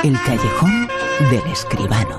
El callejón del escribano.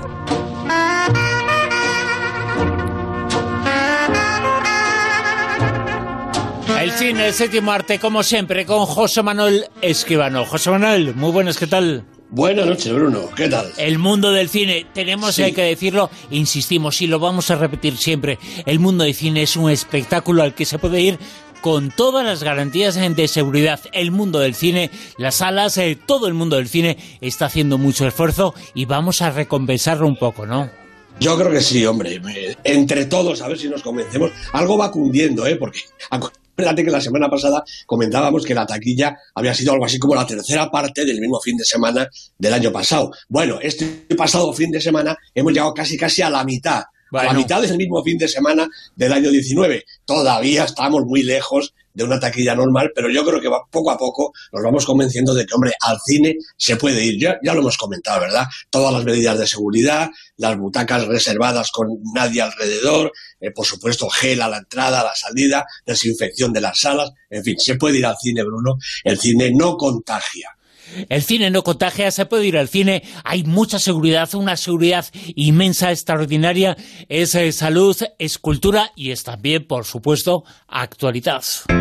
El cine, el séptimo arte, como siempre, con José Manuel Escribano. José Manuel, muy buenas, ¿qué tal? Buenas noches, Bruno, ¿qué tal? El mundo del cine, tenemos que decirlo, insistimos y lo vamos a repetir siempre. El mundo del cine es un espectáculo al que se puede ir con todas las garantías de seguridad. El mundo del cine, las salas, todo el mundo del cine está haciendo mucho esfuerzo y vamos a recompensarlo un poco, ¿no? Yo creo que sí, hombre. Entre todos, a ver si nos convencemos. Algo va cundiendo, porque acuérdate que la semana pasada comentábamos que la taquilla había sido algo así como la tercera parte del mismo fin de semana del año pasado. Bueno, este pasado fin de semana hemos llegado casi a la mitad. Bueno. A la mitad del mismo fin de semana del año 19. Todavía estamos muy lejos de una taquilla normal, pero yo creo que poco a poco nos vamos convenciendo de que, hombre, al cine se puede ir. Ya lo hemos comentado, ¿verdad? Todas las medidas de seguridad, las butacas reservadas con nadie alrededor, por supuesto, gel a la entrada, a la salida, desinfección de las salas, en fin, se puede ir al cine, Bruno. El cine no contagia. El cine no contagia, se puede ir al cine, hay mucha seguridad, una seguridad inmensa, extraordinaria, es salud, es cultura y es también, por supuesto, actualidad.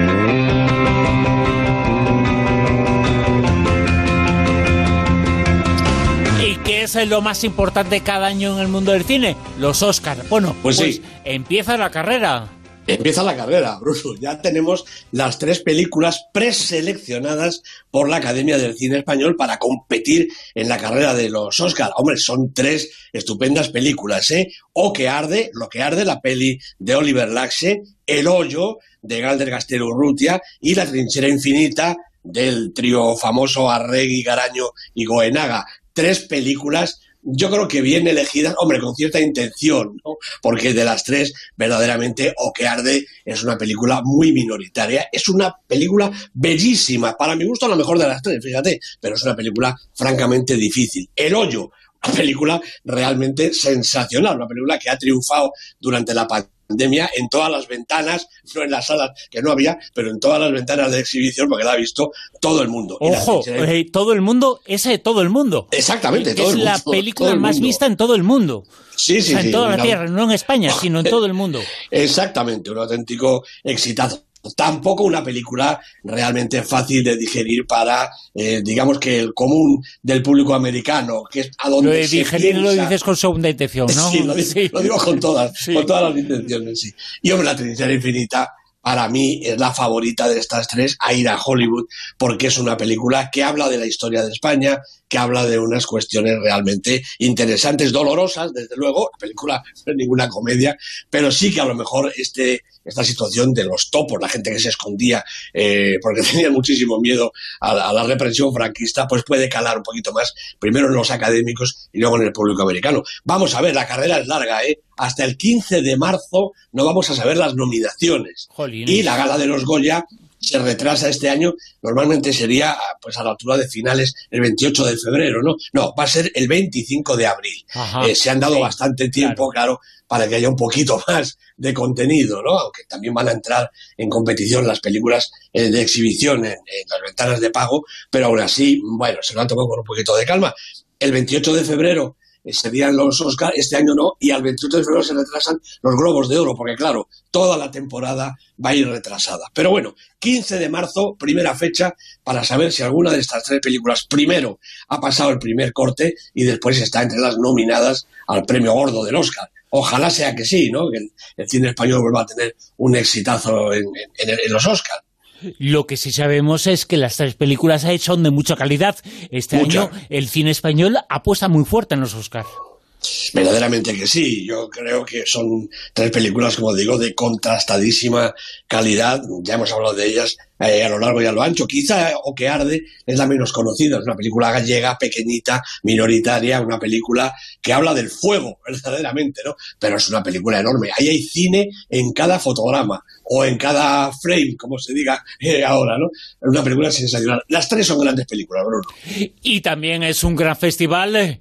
¿Y qué es lo más importante cada año en el mundo del cine? Los Oscar. Bueno, pues sí. Empieza la carrera. Empieza la carrera, Bruno. Ya tenemos las 3 películas preseleccionadas por la Academia del Cine Español para competir en la carrera de los Oscar. Hombre, son 3 estupendas películas, O que arde, Lo que arde, la peli de Oliver Laxe, El hoyo, de Galder Castelo Urrutia, y La trinchera infinita, del trío famoso Arregui, Garaño y Goenaga. 3 películas, yo creo que bien elegidas, hombre, con cierta intención, ¿no? Porque de las 3, verdaderamente, O que arde es una película muy minoritaria. Es una película bellísima, para mi gusto la mejor de las 3, fíjate, pero es una película francamente difícil. El hoyo, una película realmente sensacional, una película que ha triunfado durante la pandemia en todas las ventanas, no en las salas que no había, pero en todas las ventanas de exhibición, porque la ha visto todo el mundo. Ojo, todo el mundo, ese de todo el mundo. Exactamente, todo el mundo. Es la película más vista en todo el mundo. Sí, o sea, en toda la tierra, no en España, sino en todo el mundo. Exactamente, un auténtico exitazo. Tampoco una película realmente fácil de digerir para, digamos que el común del público americano, que es a donde lo de digerir lo dices con segunda intención, ¿no? Sí, lo digo con todas, con todas las intenciones, sí. Y hombre, La trinchera infinita, para mí, es la favorita de estas 3 a ir a Hollywood, porque es una película que habla de la historia de España, que habla de unas cuestiones realmente interesantes, dolorosas, desde luego. La película no es ninguna comedia, pero sí que a lo mejor esta situación de los topos, la gente que se escondía porque tenía muchísimo miedo a la represión franquista, pues puede calar un poquito más, primero en los académicos y luego en el público americano. Vamos a ver, la carrera es larga, hasta el 15 de marzo no vamos a saber las nominaciones. Jolines. Y la gala de los Goya se retrasa este año, normalmente sería pues a la altura de finales, el 28 de febrero, ¿no? No, va a ser el 25 de abril. Se han dado bastante tiempo, claro, para que haya un poquito más de contenido, ¿no? Aunque también van a entrar en competición las películas de exhibición en las ventanas de pago, pero aún así, bueno, se lo han tomado con un poquito de calma. El 28 de febrero serían los Oscar, este año no, y al 28 de febrero se retrasan los Globos de Oro, porque claro, toda la temporada va a ir retrasada. Pero bueno, 15 de marzo, primera fecha, para saber si alguna de estas 3 películas primero ha pasado el primer corte y después está entre las nominadas al premio gordo del Oscar. Ojalá sea que sí, ¿no? Que el cine español vuelva a tener un exitazo en los Oscar. Lo que sí sabemos es que las 3 películas son de mucha calidad. Este año el cine español apuesta muy fuerte en los Oscars. Verdaderamente que sí, yo creo que son 3 películas, como digo, de contrastadísima calidad, ya hemos hablado de ellas a lo largo y a lo ancho. Quizá O que arde es la menos conocida, es una película gallega, pequeñita, minoritaria, una película que habla del fuego, verdaderamente, ¿no? Pero es una película enorme, ahí hay cine en cada fotograma, o en cada frame, como se diga ahora, ¿no? Es una película sensacional. Las 3 son grandes películas, Bruno. Y también es un gran festival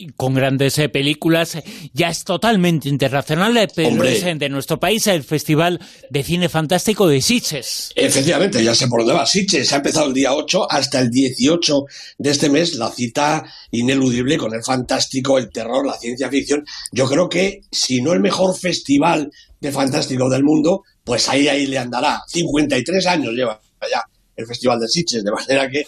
con grandes películas. Ya es totalmente internacional, pero Hombre, es de nuestro país, el Festival de Cine Fantástico de Sitges. efectivamente, ya sé por dónde va. Sitges ha empezado el día 8 hasta el 18 de este mes, la cita ineludible con el fantástico, el terror, la ciencia ficción. Yo creo que, si no el mejor festival de fantástico del mundo, pues ahí le andará. 53 años lleva ya el Festival de Sitges, de manera que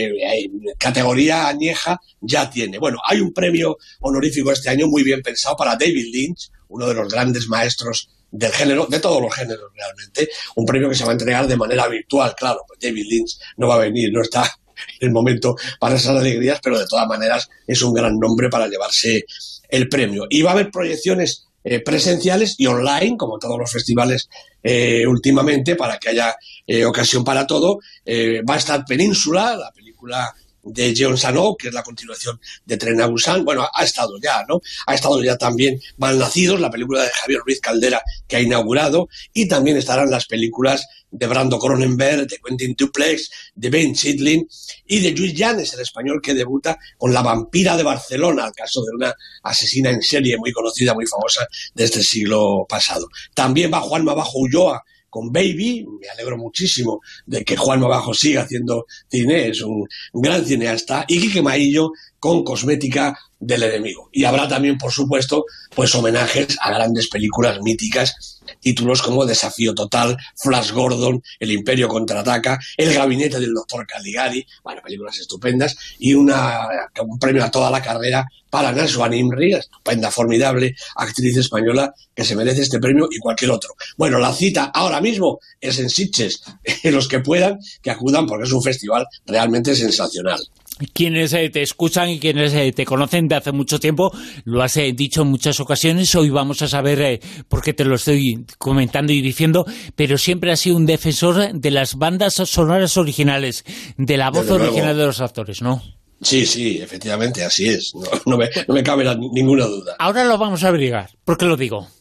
categoría añeja ya tiene. Bueno, hay un premio honorífico este año muy bien pensado para David Lynch, uno de los grandes maestros del género, de todos los géneros realmente, un premio que se va a entregar de manera virtual, claro, pues David Lynch no va a venir, no está en el momento para esas alegrías, pero de todas maneras es un gran nombre para llevarse el premio. Y va a haber proyecciones presenciales y online, como todos los festivales últimamente, para que haya ocasión para todo. Va a estar Península, la película de Jeon Sang-ho, que es la continuación de Tren a Busan. Bueno, ha estado ya, ¿no? Ha estado ya también Malnacidos, la película de Javier Ruiz Caldera, que ha inaugurado, y también estarán las películas de Brando Cronenberg, de Quentin Duplex, de Ben Chidlin y de Lluís Llanes, el español que debuta con La vampira de Barcelona, el caso de una asesina en serie muy conocida, muy famosa de este siglo pasado. También va Juanma Bajo Ulloa con Baby. Me alegro muchísimo de que Juanma Bajo siga haciendo cine, es un gran cineasta. Y Quique Maillo con Cosmética del enemigo. Y habrá también, por supuesto, pues homenajes a grandes películas míticas, títulos como Desafío Total, Flash Gordon, El Imperio Contraataca, El Gabinete del Doctor Caligari, bueno, películas estupendas, y un premio a toda la carrera para Nashwan Imri, estupenda, formidable actriz española que se merece este premio y cualquier otro. Bueno, la cita ahora mismo es en Sitges, los que puedan, que acudan, porque es un festival realmente sensacional. Quienes te escuchan y quienes te conocen de hace mucho tiempo, lo has dicho en muchas ocasiones, hoy vamos a saber por qué te lo estoy comentando y diciendo, pero siempre has sido un defensor de las bandas sonoras originales, de la voz original de los actores, ¿no? Sí, sí, efectivamente, así es, no me cabe ninguna duda. Ahora lo vamos a averiguar, ¿por qué lo digo?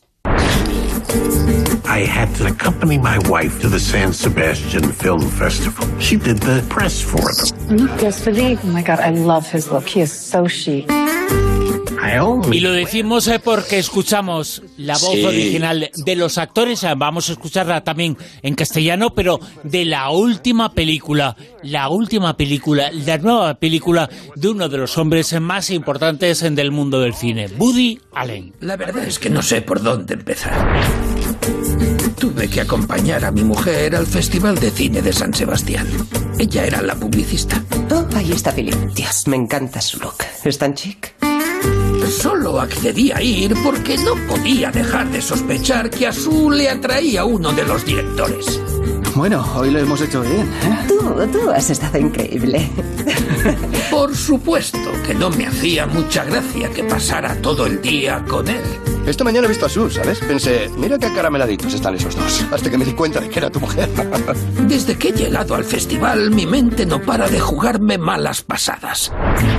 I had to accompany my wife to the San Sebastian Film Festival. She did the press for them. Look, yes, Philippe. Oh my God, I love his look. He is so chic. Y lo decimos porque escuchamos la voz original de los actores, vamos a escucharla también en castellano, pero de la última película, la nueva película de uno de los hombres más importantes del mundo del cine, Woody Allen. La verdad es que no sé por dónde empezar. Tuve que acompañar a mi mujer al Festival de Cine de San Sebastián. Ella era la publicista. Oh, ahí está Philip. Dios, me encanta su look. ¿Es tan chic? Solo accedí a ir porque no podía dejar de sospechar que a Sue le atraía uno de los directores. Bueno, hoy lo hemos hecho bien, ¿eh? Tú has estado increíble. Por supuesto que no me hacía mucha gracia que pasara todo el día con él. Esta mañana he visto a Sue, ¿sabes? Pensé, mira qué acarameladitos están esos dos. Hasta que me di cuenta de que era tu mujer. Desde que he llegado al festival, mi mente no para de jugarme malas pasadas.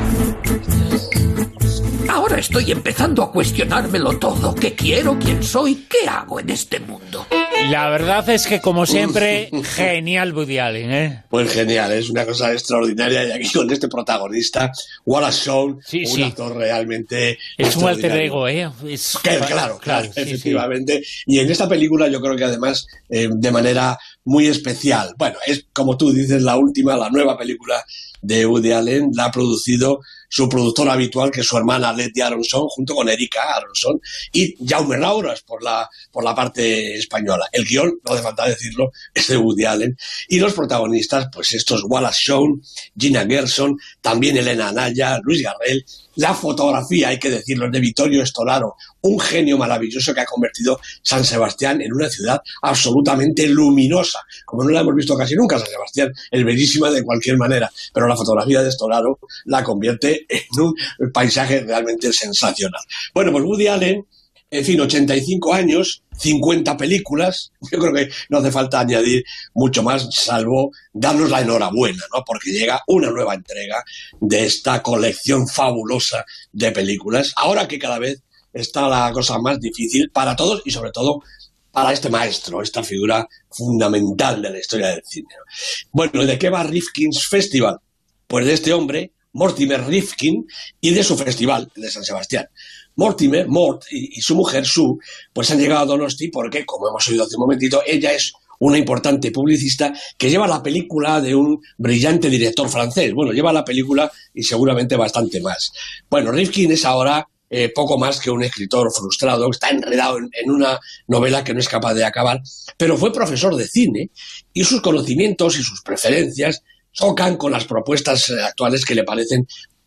Ahora estoy empezando a cuestionármelo todo. ¿Qué quiero? ¿Quién soy? ¿Qué hago en este mundo? La verdad es que, como siempre, genial Woody Allen, ¿eh? Pues genial, es una cosa extraordinaria. Y aquí con este protagonista, Wallace Shawn, un actor realmente es un alter ego, ¿eh? Claro, efectivamente. Sí. Y en esta película yo creo que además, de manera muy especial, bueno, es como tú dices, la nueva película de Woody Allen, la ha producido su productor habitual, que es su hermana Letty Aronson, junto con Erika Aronson y Jaume Rauras por la parte española. El guión, no hace falta decirlo, es de Woody Allen. Y los protagonistas, pues estos Wallace Shawn, Gina Gershon, también Elena Anaya, Luis Garrel. La fotografía, hay que decirlo, es de Vittorio Storaro, un genio maravilloso que ha convertido San Sebastián en una ciudad absolutamente luminosa, como no la hemos visto casi nunca. San Sebastián es bellísima de cualquier manera, pero la fotografía de Storaro la convierte en un paisaje realmente sensacional. Bueno, pues Woody Allen, en fin, 85 años, 50 películas, yo creo que no hace falta añadir mucho más, salvo darnos la enhorabuena, ¿no? Porque llega una nueva entrega de esta colección fabulosa de películas, ahora que cada vez está la cosa más difícil para todos y sobre todo para este maestro, esta figura fundamental de la historia del cine. Bueno, ¿de qué va Rifkin's Festival? Pues de este hombre, Mortimer Rifkin, y de su festival, el de San Sebastián. Mort y su mujer Sue, pues han llegado a Donosti porque, como hemos oído hace un momentito, ella es una importante publicista que lleva la película de un brillante director francés. Bueno, lleva la película y seguramente bastante más. Bueno, Rifkin es ahora poco más que un escritor frustrado, que está enredado en una novela que no es capaz de acabar, pero fue profesor de cine y sus conocimientos y sus preferencias chocan con las propuestas actuales que le parecen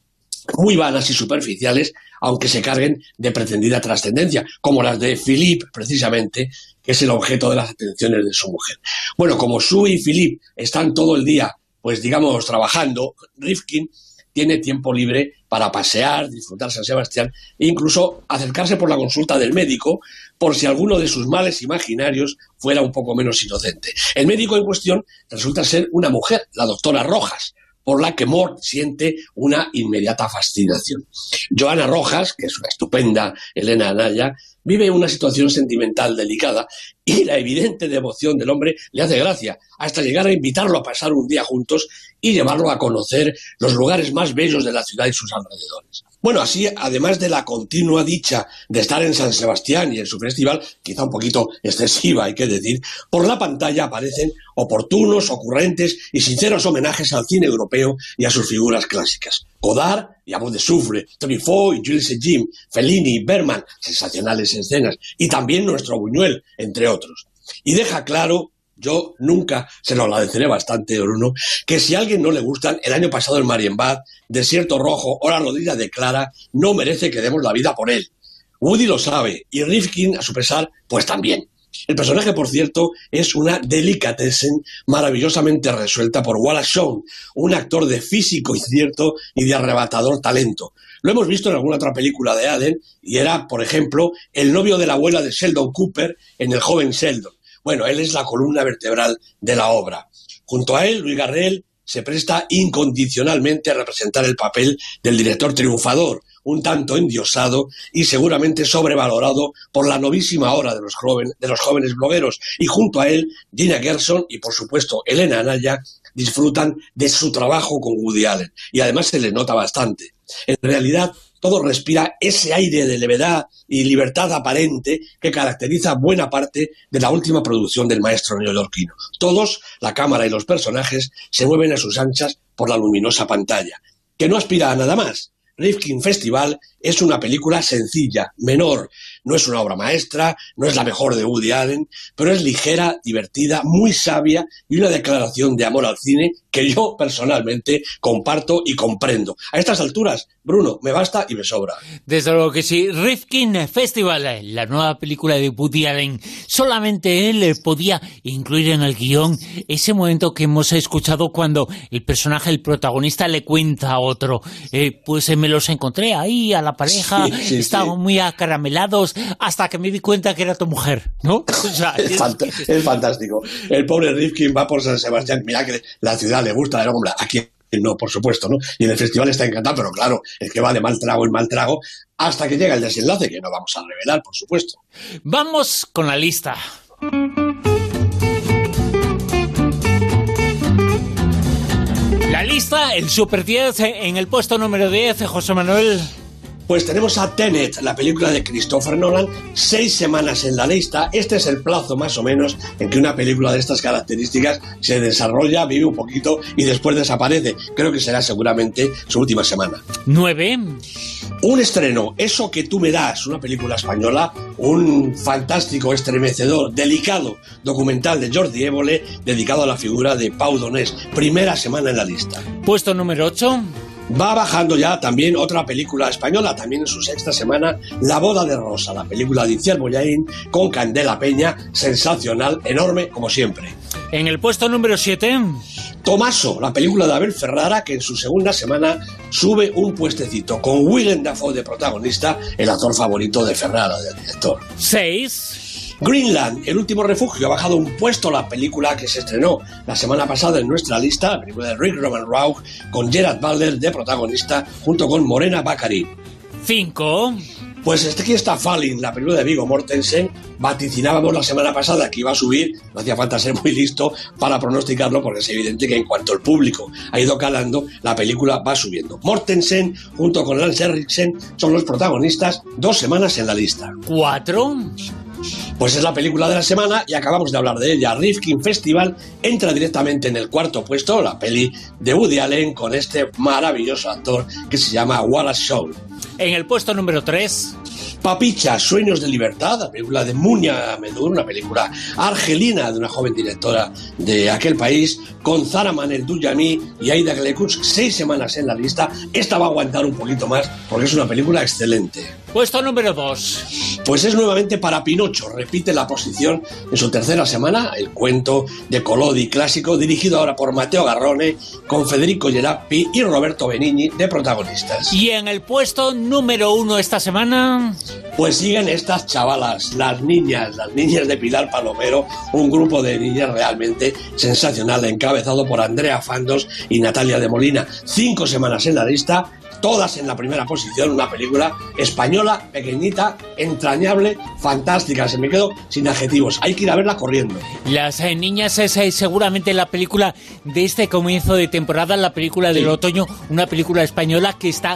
muy vanas y superficiales, aunque se carguen de pretendida trascendencia, como las de Philippe, precisamente, que es el objeto de las atenciones de su mujer. Bueno, como Sue y Philippe están todo el día, pues digamos, trabajando, Rifkin tiene tiempo libre para pasear, disfrutar San Sebastián e incluso acercarse por la consulta del médico por si alguno de sus males imaginarios fuera un poco menos inocente. El médico en cuestión resulta ser una mujer, la doctora Rojas, por la que Mort siente una inmediata fascinación. Joana Rojas, que es una estupenda Elena Anaya, vive una situación sentimental delicada y la evidente devoción del hombre le hace gracia, hasta llegar a invitarlo a pasar un día juntos y llevarlo a conocer los lugares más bellos de la ciudad y sus alrededores. Bueno, así, además de la continua dicha de estar en San Sebastián y en su festival, quizá un poquito excesiva, hay que decir, por la pantalla aparecen oportunos, ocurrentes y sinceros homenajes al cine europeo y a sus figuras clásicas. Godard y Abu de Soufre, Truffaut y Jules Jim, Fellini y Bergman, sensacionales escenas, y también nuestro Buñuel, entre otros. Y deja claro, yo nunca se lo agradeceré bastante, Bruno, que si a alguien no le gustan, el año pasado el Marienbad, Desierto Rojo o La Rodilla de Clara, no merece que demos la vida por él. Woody lo sabe, y Rifkin, a su pesar, pues también. El personaje, por cierto, es una delicatessen maravillosamente resuelta por Wallace Shawn, un actor de físico incierto y de arrebatador talento. Lo hemos visto en alguna otra película de Allen, y era, por ejemplo, el novio de la abuela de Sheldon Cooper en El joven Sheldon. Bueno, él es la columna vertebral de la obra. Junto a él, Louis Garrel se presta incondicionalmente a representar el papel del director triunfador, un tanto endiosado y seguramente sobrevalorado por la novísima hora de los jóvenes blogueros. Y junto a él, Gina Gershon y, por supuesto, Elena Anaya disfrutan de su trabajo con Woody Allen. Y además se les nota bastante. En realidad, todo respira ese aire de levedad y libertad aparente que caracteriza buena parte de la última producción del maestro neoyorquino. Todos, la cámara y los personajes, se mueven a sus anchas por la luminosa pantalla, que no aspira a nada más. Rifkin Festival es una película sencilla, menor, no es una obra maestra, no es la mejor de Woody Allen, pero es ligera, divertida, muy sabia y una declaración de amor al cine que yo personalmente comparto y comprendo. A estas alturas, Bruno, me basta y me sobra. Desde luego que sí. Rifkin Festival, la nueva película de Woody Allen. Solamente él podía incluir en el guión ese momento que hemos escuchado cuando el personaje, el protagonista, le cuenta a otro. Pues me los encontré ahí a la pareja, estaban muy acaramelados, hasta que me di cuenta que era tu mujer, ¿no? O sea, es fantástico. El pobre Rifkin va por San Sebastián, mira que la ciudad le gusta, hombre, aquí no, por supuesto, ¿no? Y en el festival está encantado, pero claro, es que va de mal trago en mal trago hasta que llega el desenlace, que no vamos a revelar, por supuesto. Vamos con la lista. La lista, el Super 10, en el puesto número 10, José Manuel. Pues tenemos a Tenet, la película de Christopher Nolan, 6 semanas en la lista. Este es el plazo más o menos en que una película de estas características se desarrolla, vive un poquito y después desaparece. Creo que será seguramente su última semana. 9. Un estreno, Eso que tú me das, una película española, un fantástico, estremecedor, delicado documental de Jordi Évole dedicado a la figura de Pau Donés. Primera semana en la lista. Puesto número 8. Va bajando ya también otra película española, también en su 6ª semana, La boda de Rosa, la película de Itziar Bollaín con Candela Peña, sensacional, enorme, como siempre. En el puesto número 7... Tomaso, la película de Abel Ferrara, que en su 2ª semana sube un puestecito, con Willem Dafoe de protagonista, el actor favorito de Ferrara, del director. 6... Greenland, el último refugio, ha bajado un puesto la película que se estrenó la semana pasada en nuestra lista, la película de Rick Roman Rauch, con Gerard Butler de protagonista, junto con Morena Baccarin. 5. Pues aquí está Falling, la película de Viggo Mortensen. Vaticinábamos la semana pasada que iba a subir, no hacía falta ser muy listo para pronosticarlo, porque es evidente que en cuanto el público ha ido calando, la película va subiendo. Mortensen, junto con Lance Henriksen, son los protagonistas, 2 semanas en la lista. 4. Pues es la película de la semana y acabamos de hablar de ella. Rifkin Festival entra directamente en el 4º puesto, la peli de Woody Allen con este maravilloso actor que se llama Wallace Shawn. En el puesto número 3... Papicha, Sueños de Libertad, la película de Munia Medur, una película argelina de una joven directora de aquel país, con Zara Manel Duyami y Aida Glekuch, 6 semanas en la lista. Esta va a aguantar un poquito más porque es una película excelente. Puesto número 2. Pues es nuevamente para Pinocho, repite la posición en su 3ª semana, el cuento de Collodi clásico, dirigido ahora por Matteo Garrone, con Federico Gerappi y Roberto Benigni de protagonistas. Y en el puesto número 1 esta semana... Pues siguen estas chavalas, las niñas de Pilar Palomero, un grupo de niñas realmente sensacional, encabezado por Andrea Fandos y Natalia de Molina. 5 semanas en la lista, todas en la primera posición, una película española, pequeñita, entrañable, fantástica. Se me quedo sin adjetivos, hay que ir a verla corriendo. Las niñas es seguramente la película de este comienzo de temporada, la película del otoño, una película española que está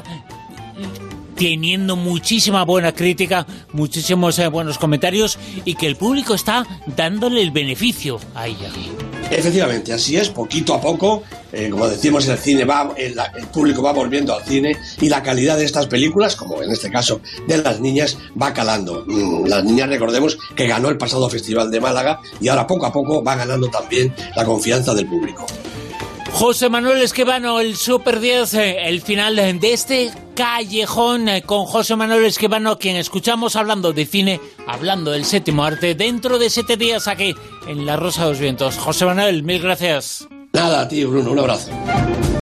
teniendo muchísima buena crítica, muchísimos buenos comentarios y que el público está dándole el beneficio a ella. Efectivamente, así es, poquito a poco, como decimos, el cine el público va volviendo al cine y la calidad de estas películas, como en este caso de las niñas, va calando. Las niñas, recordemos que ganó el pasado Festival de Málaga y ahora poco a poco va ganando también la confianza del público. José Manuel Esquivano, el Super 10, el final de este callejón con José Manuel Esquivano, quien escuchamos hablando de cine, hablando del séptimo arte, dentro de 7 días aquí en La Rosa de los Vientos. José Manuel, mil gracias. Nada, a ti, Bruno, un abrazo.